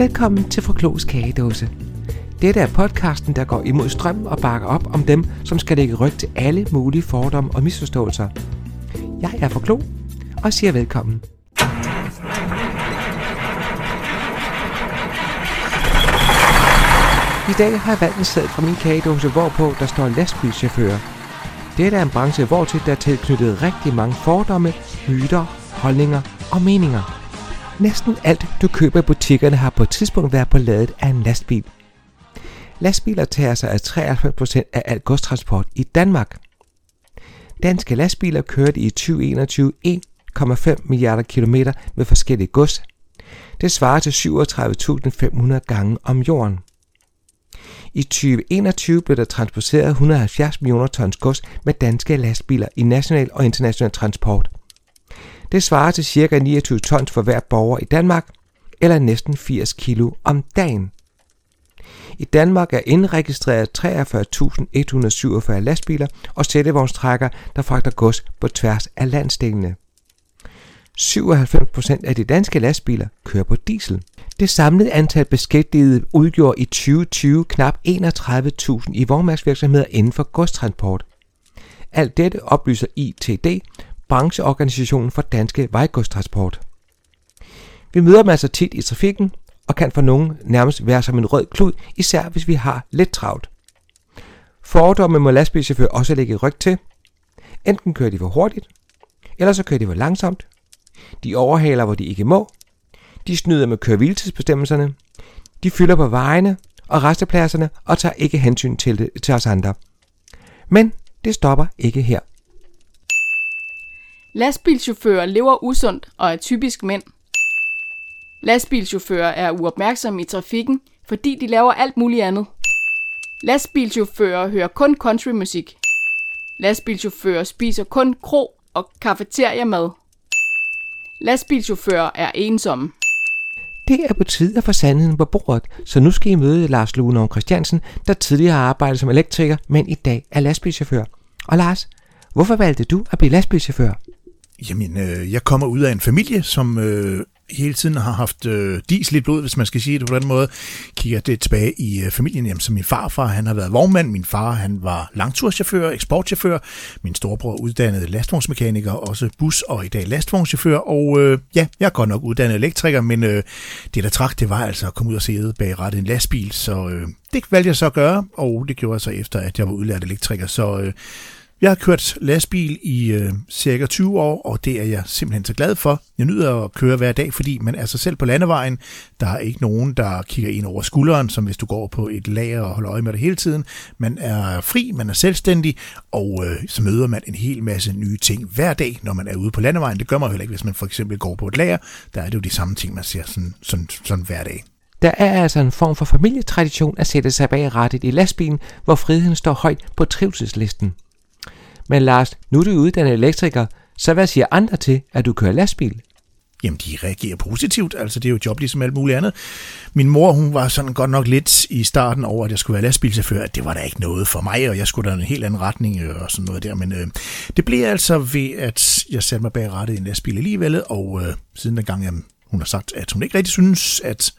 Velkommen til Fru Klogs Kagedåse. Dette er podcasten, der går imod strøm og bakker op om dem, som skal lægge ryg til alle mulige fordomme og misforståelser. Jeg er Fru Klog og siger velkommen. I dag har jeg valgt en seddel fra min kagedåse, hvorpå der står lastbilchauffør. Dette er en branche, hvortil der er tilknyttet rigtig mange fordomme, myter, holdninger og meninger. Næsten alt, du køber i butikkerne, har på et tidspunkt været på ladet af en lastbil. Lastbiler tager sig af 93% af al godstransport i Danmark. Danske lastbiler kørte i 2021 1,5 milliarder kilometer med forskellige gods. Det svarer til 37.500 gange om jorden. I 2021 blev der transporteret 170 millioner tons gods med danske lastbiler i national og international transport. Det svarer til ca. 29 tons for hver borger i Danmark, eller næsten 80 kilo om dagen. I Danmark er indregistreret 43.147 lastbiler og sættevognstrækker, der fragter gods på tværs af landsdelene. 97% af de danske lastbiler kører på diesel. Det samlede antal beskæftigede udgjorde i 2020 knap 31.000 i vognmandsvirksomheder inden for godstransport. Alt dette oplyser ITD, brancheorganisationen for danske vejgodstransport. Vi møder dem altså tit i trafikken, og kan for nogen nærmest være som en rød klud, især hvis vi har lidt travlt. Fordomme må lastbilchauffører også lægge ryg til. Enten kører de for hurtigt, eller så kører de for langsomt. De overhaler, hvor de ikke må. De snyder med køre-hviletidsbestemmelserne. De fylder på vejene og restepladserne og tager ikke hensyn til os andre. Men det stopper ikke her. Lastbilchauffører lever usundt og er typisk mænd. Lastbilchauffører er uopmærksomme i trafikken, fordi de laver alt muligt andet. Lastbilchauffører hører kun countrymusik. Lastbilchauffører spiser kun kro- og cafeteriamad. Lastbilchauffører er ensomme. Det er på tide at få sandheden på bordet, så nu skal I møde Lars Lunov Christiansen, der tidligere har arbejdet som elektriker, men i dag er lastbilchauffør. Og Lars, hvorfor valgte du at blive lastbilchauffør? Jamen, jeg kommer ud af en familie, som hele tiden har haft diesel i blod, hvis man skal sige det på den måde. Kigger det tilbage i familien, jamen, så min farfar, han har været vognmand, min far, han var langturschauffør, eksportchauffør, min storebror uddannet lastvognsmekaniker, også bus- og i dag lastvognschauffør, og jeg er godt nok uddannet elektriker, men det der trak, det var altså at komme ud og sidde bag rattet en lastbil, så det valgte jeg så at gøre, og det gjorde jeg så efter, at jeg var udlært elektriker, så jeg har kørt lastbil i cirka 20 år, og det er jeg simpelthen så glad for. Jeg nyder at køre hver dag, fordi man er sig selv på landevejen. Der er ikke nogen, der kigger ind over skulderen, som hvis du går på et lager og holder øje med det hele tiden. Man er fri, man er selvstændig, og så møder man en hel masse nye ting hver dag, når man er ude på landevejen. Det gør man heller ikke, hvis man for eksempel går på et lager. Der er det jo de samme ting, man ser sådan hver dag. Der er altså en form for familietradition at sætte sig bag rattet i lastbilen, hvor friheden står højt på trivselslisten. Men Lars, nu er du uddannet elektriker, så hvad siger andre til, at du kører lastbil? Jamen, de reagerer positivt. Altså, det er jo et job ligesom alt muligt andet. Min mor, hun var sådan godt nok lidt i starten over, at jeg skulle være lastbilchauffør. Det var da ikke noget for mig, og jeg skulle da en helt anden retning og sådan noget der. Men det blev altså ved, at jeg satte mig bag rattet i en lastbil alligevel, og siden dengang, hun har sagt, at hun ikke rigtig synes,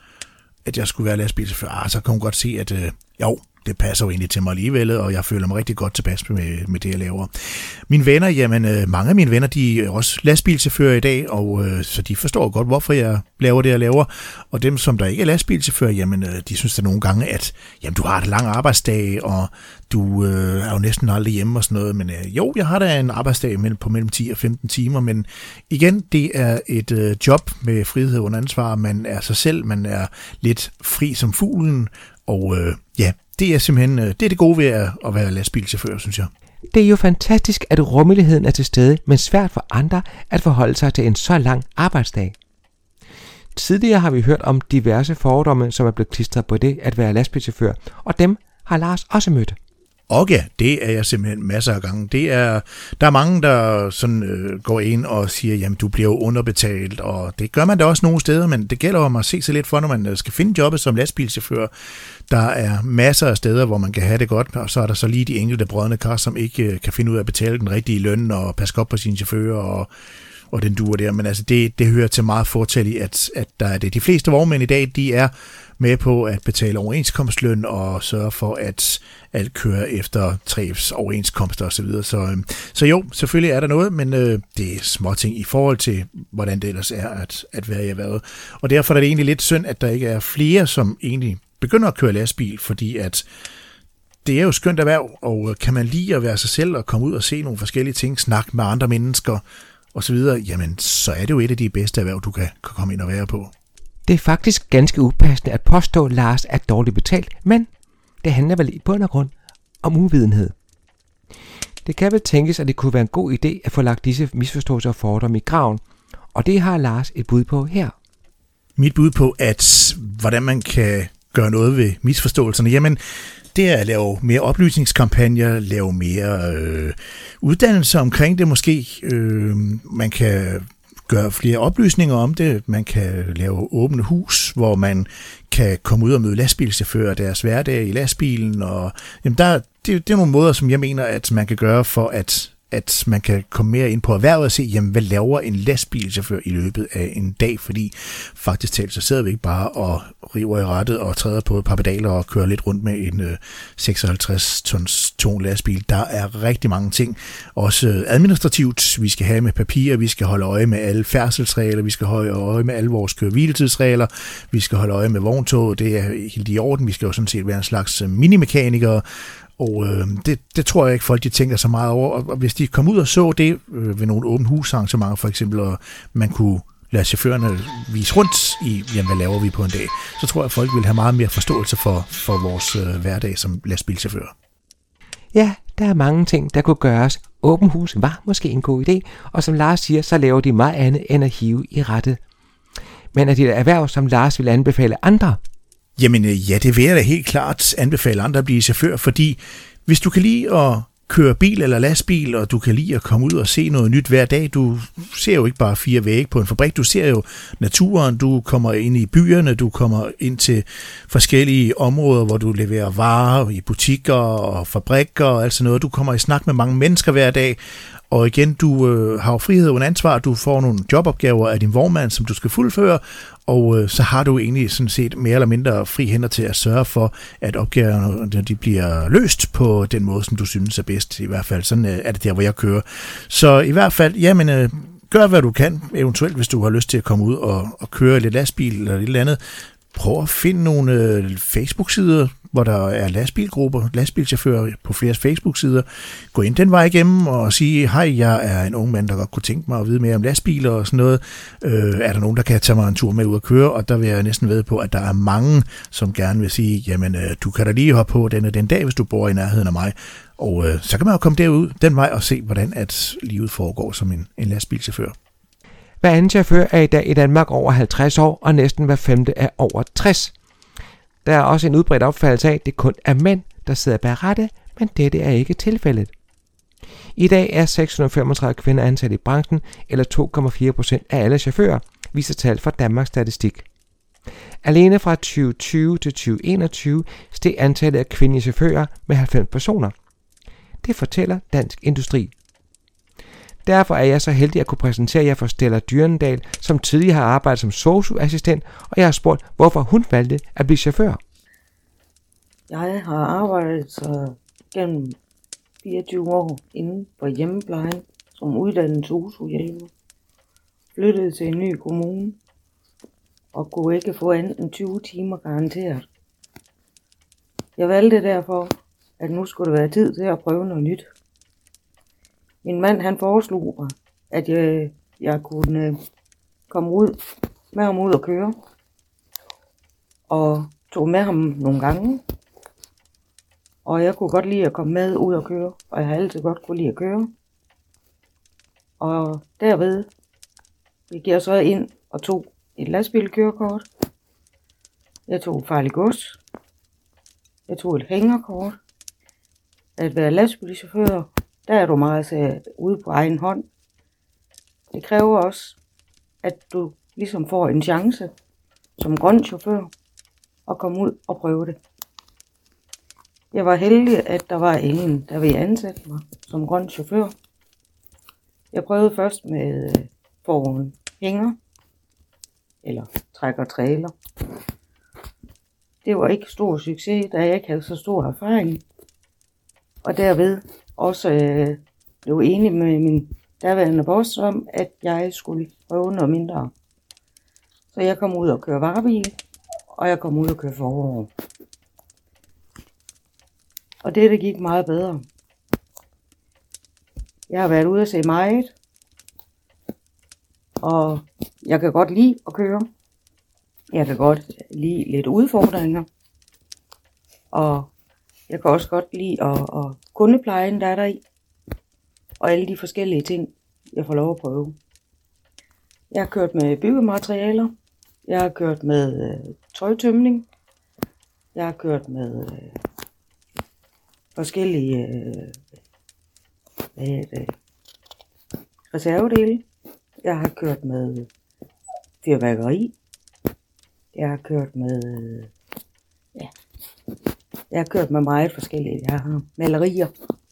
at jeg skulle være lastbilchauffør, så kan hun godt se, at det passer jo egentlig til mig alligevel, og jeg føler mig rigtig godt tilpas med det, jeg laver. Mine venner, jamen mange af mine venner, de er også lastbilchauffører i dag, og så de forstår godt, hvorfor jeg laver det, jeg laver. Og dem, som der ikke er lastbilchauffører, jamen de synes da nogle gange, at jamen, du har et lang arbejdsdag, og du er jo næsten aldrig hjemme og sådan noget. Men jeg har da en arbejdsdag på mellem 10 og 15 timer, men igen, det er et job med frihed under ansvar. Man er sig selv, man er lidt fri som fuglen, og det er simpelthen det gode ved at være lastbilchauffør, synes jeg. Det er jo fantastisk, at rummeligheden er til stede, men svært for andre at forholde sig til en så lang arbejdsdag. Tidligere har vi hørt om diverse fordomme, som er blevet klistret på det at være lastbilchauffør, og dem har Lars også mødt. Og ja, det er jeg simpelthen masser af gange. Der er mange, der sådan går ind og siger, jamen du bliver jo underbetalt, og det gør man da også nogle steder, men det gælder om at se sig lidt for, når man skal finde jobbet som lastbilchauffør. Der er masser af steder, hvor man kan have det godt, og så er der så lige de enkelte brodne kar, som ikke kan finde ud af at betale den rigtige løn og passe op på sine chauffører og den duer der, men altså det hører til meget fortæl i, at der er det. De fleste vognmænd i dag, de er med på at betale overenskomstløn og sørge for, at alt kører efter 3F's overenskomster osv. Så jo, selvfølgelig er der noget, men det er småting i forhold til, hvordan det ellers er at være i erhvervet. Og derfor er det egentlig lidt synd, at der ikke er flere, som egentlig begynder at køre lastbil, fordi at det er jo skønt erhverv, og kan man lide at være sig selv og komme ud og se nogle forskellige ting, snakke med andre mennesker osv., jamen så er det jo et af de bedste erhverv, du kan komme ind og være på. Det er faktisk ganske upassende at påstå, at Lars er dårligt betalt, men det handler vel i bund og grund om uvidenhed. Det kan vel tænkes, at det kunne være en god idé at få lagt disse misforståelser og fordomme i graven, og det har Lars et bud på her. Mit bud på, hvordan man kan gøre noget ved misforståelserne, jamen det er at lave mere oplysningskampagner, lave mere uddannelse omkring det måske. Man kan gøre flere oplysninger om det. Man kan lave åbne hus, hvor man kan komme ud og møde lastbilchauffører og deres hverdag i lastbilen. Og, jamen det er nogle måder, som jeg mener, at man kan gøre for, at man kan komme mere ind på erhvervet og se, jamen, hvad laver en lastbilchauffør i løbet af en dag, fordi faktisk talt, så sidder vi ikke bare og river i rattet og træder på et par pedaler og kører lidt rundt med en 56 tons tung lastbil. Der er rigtig mange ting, også administrativt. Vi skal have med papir, vi skal holde øje med alle færdselsregler, vi skal holde øje med alle vores køre-hviletidsregler, vi skal holde øje med vogntog, det er helt i orden, vi skal jo sådan set være en slags minimekanikere. Og det tror jeg ikke, folk de tænker så meget over. Og hvis de kom ud og så det ved nogle åbne husarrangementer for eksempel, og man kunne lade chaufførerne vise rundt i, jamen, hvad laver vi på en dag, så tror jeg, at folk vil have meget mere forståelse for vores hverdag som lastbilchauffør. Ja, der er mange ting, der kunne gøres. Åben hus var måske en god idé, og som Lars siger, så laver de meget andet end at hive i rattet. Men er det et erhverv, som Lars vil anbefale andre? Jamen ja, det vil jeg da helt klart anbefale andre at blive chauffør, fordi hvis du kan lide at køre bil eller lastbil, og du kan lide at komme ud og se noget nyt hver dag, du ser jo ikke bare 4 vægge på en fabrik, du ser jo naturen, du kommer ind i byerne, du kommer ind til forskellige områder, hvor du leverer varer i butikker og fabrikker og alt sådan noget, du kommer i snak med mange mennesker hver dag, og igen, du har jo frihed og ansvar, du får nogle jobopgaver af din vognmand, som du skal fuldføre, og så har du egentlig sådan set mere eller mindre fri hænder til at sørge for, at opgaverne de bliver løst på den måde, som du synes er bedst. I hvert fald sådan er det der, hvor jeg kører. Så i hvert fald, jamen, gør hvad du kan, eventuelt hvis du har lyst til at komme ud og køre lidt lastbil eller lidt andet. Prøv at finde nogle Facebook-sider, hvor der er lastbilgrupper, lastbilchauffører på flere Facebook-sider. Gå ind den vej igennem og sige, hej, jeg er en ung mand, der godt kunne tænke mig at vide mere om lastbiler og sådan noget. Er der nogen, der kan tage mig en tur med ud at køre? Og der vil jeg næsten ved på, at der er mange, som gerne vil sige, jamen, du kan da lige hoppe på den dag, hvis du bor i nærheden af mig. Og så kan man jo komme derud den vej og se, hvordan at livet foregår som en lastbilchauffør. Hver anden chauffør er i dag i Danmark over 50 år, og næsten hver femte er over 60. Der er også en udbredt opfattelse af, at det kun er mænd, der sidder bag rattet, men dette er ikke tilfældet. I dag er 635 kvinder ansat i branchen, eller 2,4% af alle chauffører, viser tal fra Danmarks Statistik. Alene fra 2020 til 2021 steg antallet af kvindelige chauffører med 90 personer. Det fortæller Dansk Industri. Derfor er jeg så heldig at kunne præsentere jer for Stella Dyrendal, som tidligere har arbejdet som sosu-assistent, og jeg har spurgt, hvorfor hun valgte at blive chauffør. Jeg har arbejdet gennem 24 år inden for hjemmeplejen som uddannet sosu-hjælper. Flyttede til en ny kommune og kunne ikke få andet end 20 timer garanteret. Jeg valgte derfor, at nu skulle det være tid til at prøve noget nyt. Min mand han foreslog mig, at jeg kunne komme ud med ham ud og køre. Og tog med ham nogle gange. Og jeg kunne godt lide at komme med ud og køre. Og jeg har altid godt kunne lide at køre. Og derved gik jeg så ind og tog et lastbilkørekort. Jeg tog farlig gods. Jeg tog et hængerkort. At være lastbilchauffør, der er du meget ude på egen hånd. Det kræver også, at du ligesom får en chance som grøn chauffør at komme ud og prøve det. Jeg var heldig, at der var en, der ville ansætte mig som grøn chauffør. Jeg prøvede først med får en hænger, eller trækker trailer. Det var ikke stor succes, da jeg ikke havde så stor erfaring. Og derved også blev enig med min daværende boss om, at jeg skulle prøve noget mindre. Så jeg kom ud og køre varebil, og jeg kom ud og køre forår. Og det gik meget bedre. Jeg har været ude at se meget, og jeg kan godt lide at køre. Jeg kan godt lide lidt udfordringer, og jeg kan også godt lide at kundeplejen, der er der i, og alle de forskellige ting, jeg får lov at prøve. Jeg har kørt med byggematerialer, jeg har kørt med tøjtømning, jeg har kørt med forskellige reservedele, jeg har kørt med fyrværkeri, jeg har kørt med jeg har kørt med meget forskellige. Jeg har malerier,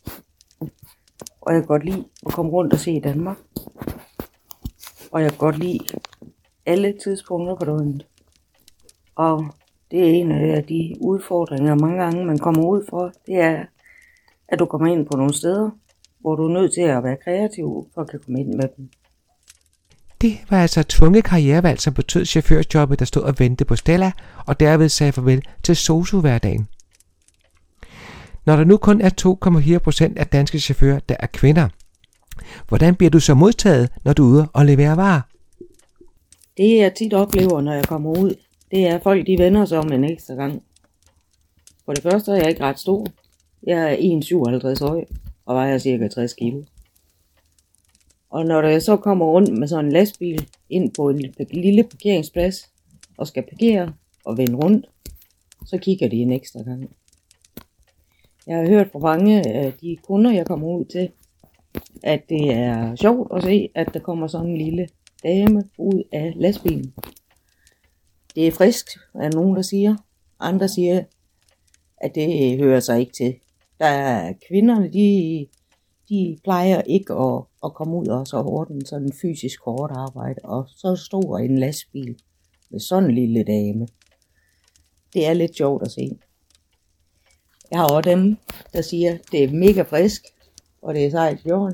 og jeg kan godt lide at komme rundt og se Danmark. Og jeg kan godt lide alle tidspunkter på døgnet. Og det er en af de udfordringer, mange gange man kommer ud for, det er, at du kommer ind på nogle steder, hvor du er nødt til at være kreativ, for at kan komme ind med dem. Det var altså et tvunget karrierevalg, som betød chaufførjobbet, der stod og ventede på Stella, og derved sagde farvel til sosu-hverdagen. Når der nu kun er 2,4% af danske chauffører, der er kvinder, hvordan bliver du så modtaget, når du er ude og leverer varer? Det jeg tit oplever, når jeg kommer ud, det er, at folk de vender sig om en ekstra gang. For det første er jeg ikke ret stor. Jeg er 1,57 høj og vejer cirka 60 kilo. Og når jeg så kommer rundt med sådan en lastbil ind på en lille parkeringsplads og skal parkere og vende rundt, så kigger de en ekstra gang. Jeg har hørt fra mange af de kunder, jeg kommer ud til, at det er sjovt at se, at der kommer sådan en lille dame ud af lastbilen. Det er frisk, er nogen, der siger. Andre siger, at det hører sig ikke til. Der er kvinderne, de plejer ikke at komme ud og så ordne sådan en fysisk hårdt arbejde, og så stor en lastbil med sådan en lille dame. Det er lidt sjovt at se. Jeg har også dem, der siger, at det er mega frisk, og det er sejt jorden.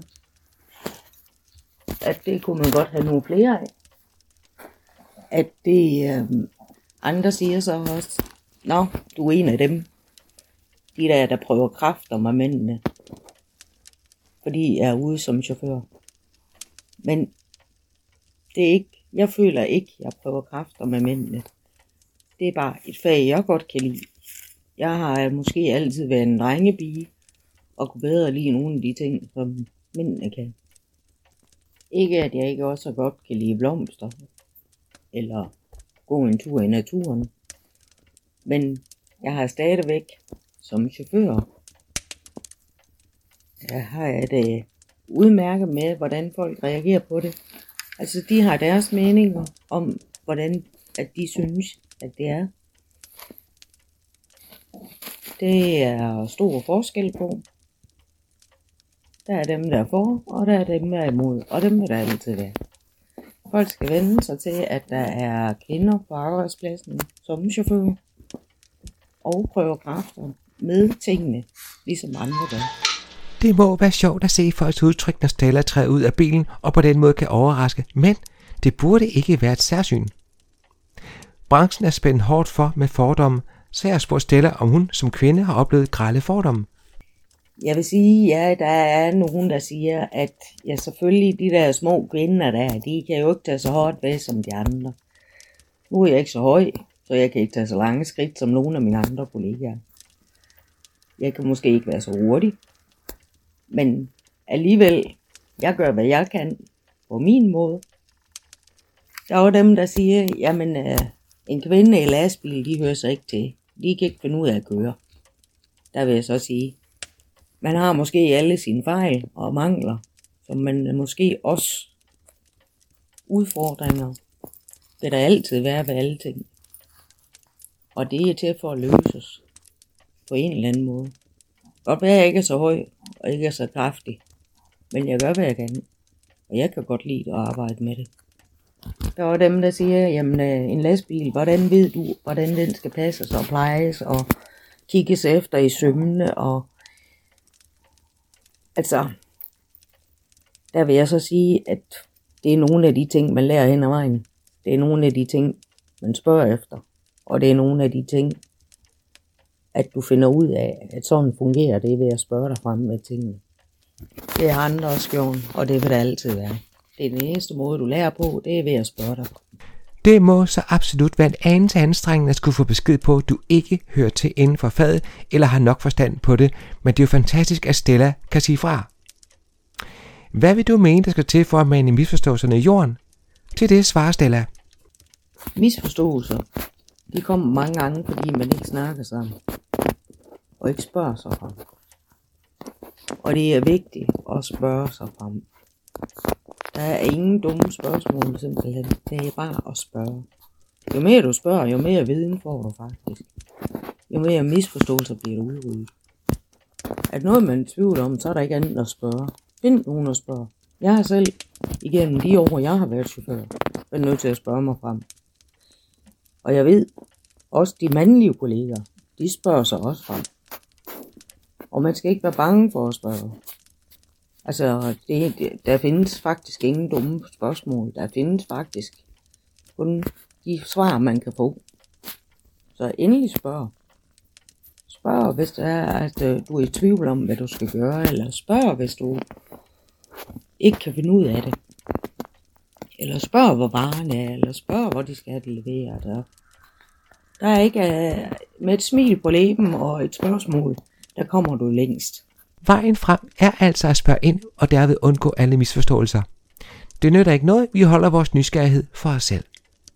At det kunne man godt have nogle flere af. At det andre siger så også, nå, du er en af dem. De der prøver kræfter med mændene. Fordi jeg er ude som chauffør. Men det er ikke, jeg føler ikke, at jeg prøver kræfter med mændene. Det er bare et fag, jeg godt kan lide. Jeg har måske altid været en drengepige, og kunne bedre lide nogle af de ting, som mændene kan. Ikke at jeg ikke også så godt kan lide blomster, eller gå en tur i naturen. Men jeg har stadigvæk som chauffør, jeg har et udmærke med, hvordan folk reagerer på det. Altså de har deres meninger om, hvordan at de synes, at det er. Det er stor forskel på. Der er dem, der er for, og der er dem, der er imod, og dem vil der altid være. Folk skal vende sig til, at der er kvinder på arbejdspladsen som chauffør, og prøver kræfter med tingene, ligesom andre gør. Det må være sjovt at se folks udtryk, når Stella træder ud af bilen og på den måde kan overraske, men det burde ikke være et særsyn. Branchen er spændt hårdt for med fordomme, så jeg har spurgt Stella, om hun som kvinde har oplevet grelle fordomme. Jeg vil sige, ja, der er nogen, der siger, at ja, selvfølgelig de der små kvinder der, de kan jo ikke tage så hårdt ved som de andre. Nu er jeg ikke så høj, så jeg kan ikke tage så lange skridt som nogle af mine andre kollegaer. Jeg kan måske ikke være så hurtig, men alligevel, jeg gør, hvad jeg kan på min måde. Der er jo dem, der siger, jamen en kvinde i lastbil, de hører sig ikke til. De kan ikke finde ud af at køre. Der vil jeg så sige, man har måske alle sine fejl og mangler, som man måske også udfordringer. Det der altid være ved alle ting. Og det er til for at løses på en eller anden måde. Godt være, jeg ikke er så høj og ikke er så kraftig, men jeg gør, hvad jeg kan. Og jeg kan godt lide at arbejde med det. Der er dem, der siger, jamen en lastbil, hvordan ved du, hvordan den skal passes og plejes og kigges efter i sømmene. Og altså, der vil jeg så sige, at det er nogle af de ting, man lærer hen ad vejen. Det er nogle af de ting, man spørger efter. Og det er nogle af de ting, at du finder ud af, at sådan fungerer det ved at spørge dig frem med tingene. Det er andre også gjort, og det vil det altid være. Det er den eneste måde, du lærer på, det er ved at spørge dig. Det må så absolut være en anelse anstrengende at skulle få besked på, at du ikke hører til inden for faget, eller har nok forstand på det, men det er jo fantastisk, at Stella kan sige fra. Hvad vil du mene, der skal til for at mane misforståelserne i jorden? Til det svarer Stella. Misforståelser, de kommer mange gange, fordi man ikke snakker sammen, og ikke spørger sig frem. Og det er vigtigt at spørge sig frem. Der er ingen dumme spørgsmål simpelthen. Det er bare at spørge. Jo mere du spørger, jo mere viden får du faktisk. Jo mere misforståelser bliver udryddet. At noget man er i tvivl om, så er der ikke andet at spørge. Find nogen at spørge. Jeg har selv igennem de år, jeg har været chauffør, været nødt til at spørge mig frem. Og jeg ved, også de mandlige kolleger, de spørger sig også frem. Og man skal ikke være bange for at spørge. Altså, der findes faktisk ingen dumme spørgsmål. Der findes faktisk kun de svar, man kan få. Så endelig spørg. Spørg, hvis det er, at du er i tvivl om, hvad du skal gøre. Eller spørg, hvis du ikke kan finde ud af det. Eller spørg, hvor varen er. Eller spørg, hvor de skal have det leveret. Der er ikke med et smil på læben og et spørgsmål, der kommer du længst. Vejen frem er altså at spørge ind og derved undgå alle misforståelser. Det nytter ikke noget, vi holder vores nysgerrighed for os selv.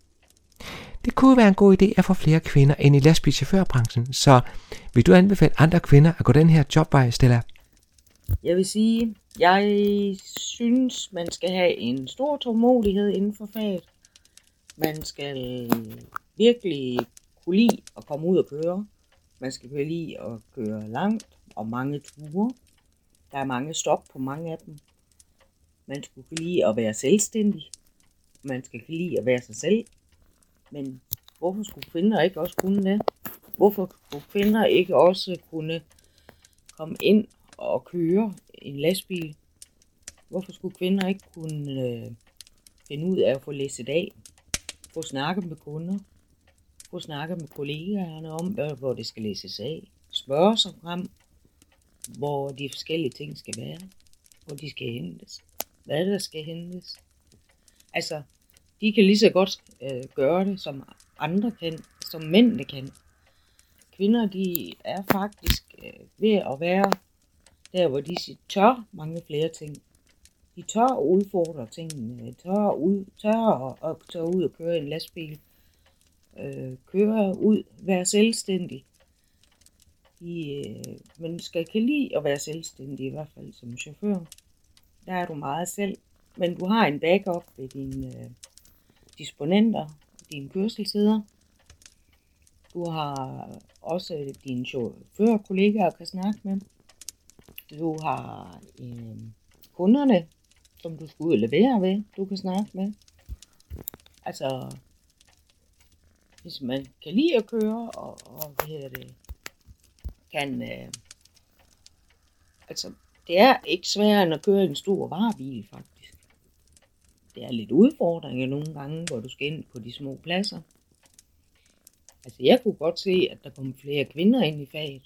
Det kunne være en god idé at få flere kvinder ind i lastbilchaufførbranchen, så vil du anbefale andre kvinder at gå den her jobvej, Stella? Jeg vil sige, jeg synes, man skal have en stor tålmodighed inden for faget. Man skal virkelig kunne lide at komme ud og køre. Man skal kunne lide at køre langt og mange ture. Der er mange stop på mange af dem. Man skal kunne lide at være selvstændig. Man skal kunne lide at være sig selv. Men hvorfor skulle kvinder ikke også kunne det? Hvorfor skulle kvinder ikke også kunne komme ind og køre en lastbil? Hvorfor skulle kvinder ikke kunne finde ud af at få læsset af? Få snakket med kunder? Få snakket med kollegaerne om, hvor det skal læses af? Spørge sig frem, hvor de forskellige ting skal være? Hvor de skal hentes? Hvad der skal hentes? Altså, de kan lige så godt gøre det, som andre kan, som mændene kan. Kvinder, de er faktisk ved at være der, hvor de tør mange flere ting. De tør at udfordre tingene, tør ud og køre en lastbil, køre ud, være selvstændig. Men skal kan lide at være selvstændig, i hvert fald som chauffør. Der er du meget selv, men du har en backup ved dine disponenter, dine kørselsleder. Du har også dine chaufførkollegaer at kan snakke med. Du har kunderne, som du skal ud og levere ved, du kan snakke med. Altså, hvis man kan lide at køre, og kan... altså, det er ikke sværere end at køre en stor varebil, faktisk. Det er lidt udfordringer nogle gange, hvor du skal ind på de små pladser. Altså, jeg kunne godt se, at der kom flere kvinder ind i faget.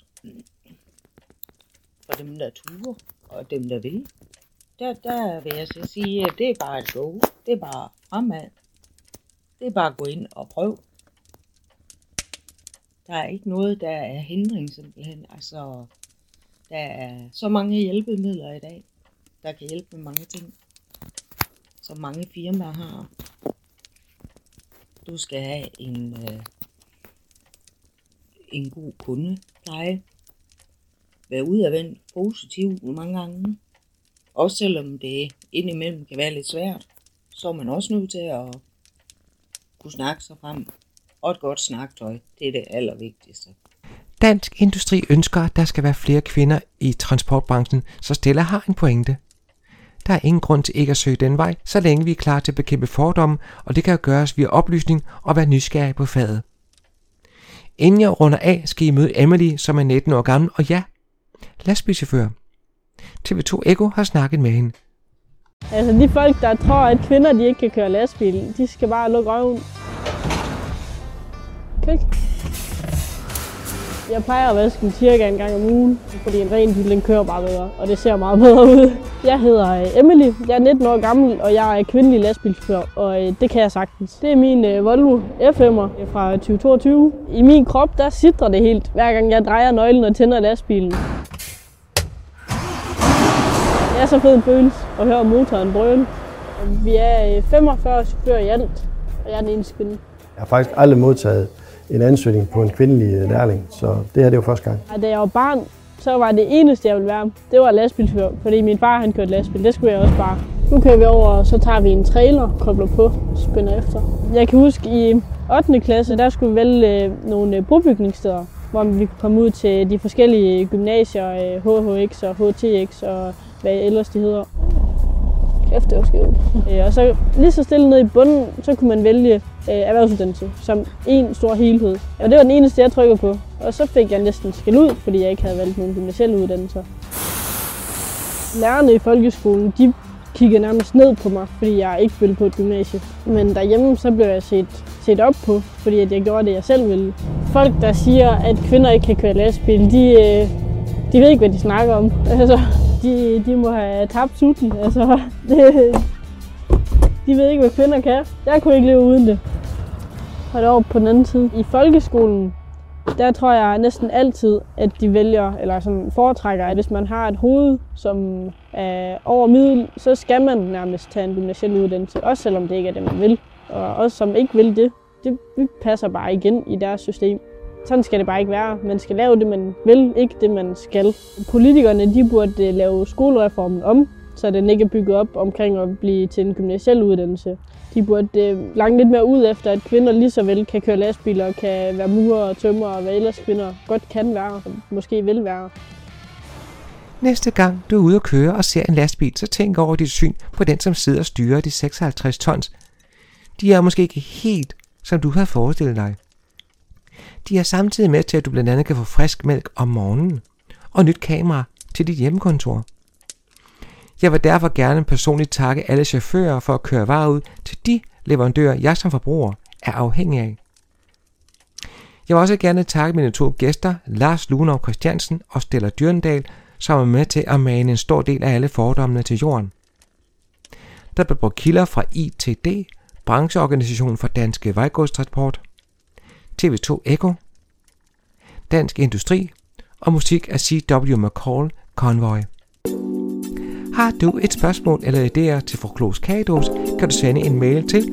For dem, der turer, og dem, der vil. Der vil jeg så sige, at det er bare et go. Det er bare fremad. Det er bare at gå ind og prøve. Der er ikke noget, der er hindring simpelthen. Altså, der er så mange hjælpemidler i dag, der kan hjælpe med mange ting, som mange firmaer har. Du skal have en god kundepleje. Være udadvendt positiv mange gange. Også selvom det indimellem kan være lidt svært, så er man også nødt til at kunne snakke sig frem. Og et godt snaktøj, det er det allervigtigste. Dansk Industri ønsker, at der skal være flere kvinder i transportbranchen, så Stella har en pointe. Der er ingen grund til ikke at søge den vej, så længe vi er klar til at bekæmpe fordomme, og det kan gøres via oplysning og være nysgerrig på faget. Inden jeg runder af, skal I møde Emily, som er 19 år gammel, og ja, lastbilchauffør. TV2 Eko har snakket med hende. Altså de folk, der tror, at kvinder de ikke kan køre lastbil, de skal bare lukke røven. Klik. Jeg plejer at vaske den cirka en gang om ugen, fordi en ren bil den kører bare bedre, og det ser meget bedre ud. Jeg hedder Emily, jeg er 19 år gammel, og jeg er kvindelig lastbilchauffør, og det kan jeg sagtens. Det er min Volvo F5'er fra 2022. I min krop, der sidder det helt, hver gang jeg drejer nøglen og tænder lastbilen. Det er så fed en følelse at høre motoren brøle. Vi er 45 chauffører i alt, og jeg er den eneste kvinde. Jeg har faktisk aldrig modtaget en ansøgning på en kvindelig lærling, så det her det var første gang. Da jeg var barn, så var det eneste, jeg ville være, det var lastbilchauffør, fordi min far han kørte lastbil, det skulle jeg også bare. Nu kører vi over, og så tager vi en trailer, kobler på og spænder efter. Jeg kan huske, i 8. klasse, der skulle vi vælge nogle brobygningssteder, hvor vi kunne komme ud til de forskellige gymnasier, HHX og HTX og hvad ellers de hedder. Kæft, det var skævt. Og så lige så stille ned i bunden, så kunne man vælge erhvervsuddannelse som en stor helhed. Og det var den eneste, jeg trykkede på. Og så fik jeg næsten skæld ud, fordi jeg ikke havde valgt nogen gymnasielle uddannelser. Lærerne i folkeskolen, de kiggede nærmest ned på mig, fordi jeg ikke ville på et gymnasie. Men derhjemme, så blev jeg set op på, fordi jeg gjorde det, jeg selv ville. Folk, der siger, at kvinder ikke kan køre lastbil, de ved ikke, hvad de snakker om. Altså, de må have tabt sutten. Altså, de ved ikke, hvad kvinder kan. Jeg kunne ikke leve uden det. Og derovre på den anden side. I folkeskolen, der tror jeg næsten altid, at de vælger, eller sådan foretrækker, at hvis man har et hoved, som er over middel, så skal man nærmest tage en gymnasiel uddannelse. Også selvom det ikke er det, man vil. Og også som ikke vil det passer bare igen i deres system. Sådan skal det bare ikke være. Man skal lave det, man vil, ikke det, man skal. Politikerne de burde lave skolereformen om, så den ikke er bygget op omkring at blive til en gymnasiel uddannelse. De burde langt lidt mere ud efter, at kvinder lige så vel kan køre lastbiler, kan være murer og tømmer og hvad ellers kvinder godt kan være, og måske vil være. Næste gang du er ude at køre og ser en lastbil, så tænk over dit syn på den, som sidder og styrer de 56 tons. De er måske ikke helt, som du havde forestillet dig. De er samtidig med til, at du blandt andet kan få frisk mælk om morgenen og nyt kamera til dit hjemmekontor. Jeg vil derfor gerne personligt takke alle chauffører for at køre varer ud til de leverandører, jeg som forbruger er afhængig af. Jeg vil også gerne takke mine 2 gæster, Lars Lunov Christiansen og Stella Dyrendal, som er med til at mane en stor del af alle fordommene til jorden. Der blev brugt kilder fra ITD, brancheorganisationen for danske vejgodstransport, TV2 Eko, Dansk Industri og musik af C.W. McCall Convoy. Har du et spørgsmål eller idéer til Fru Klogs Kagedåse, kan du sende en mail til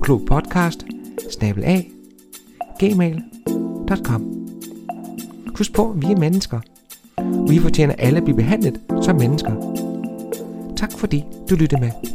fruklogpodcast@gmail.com. Husk på, vi er mennesker. Vi fortjener alle at blive behandlet som mennesker. Tak fordi du lyttede med.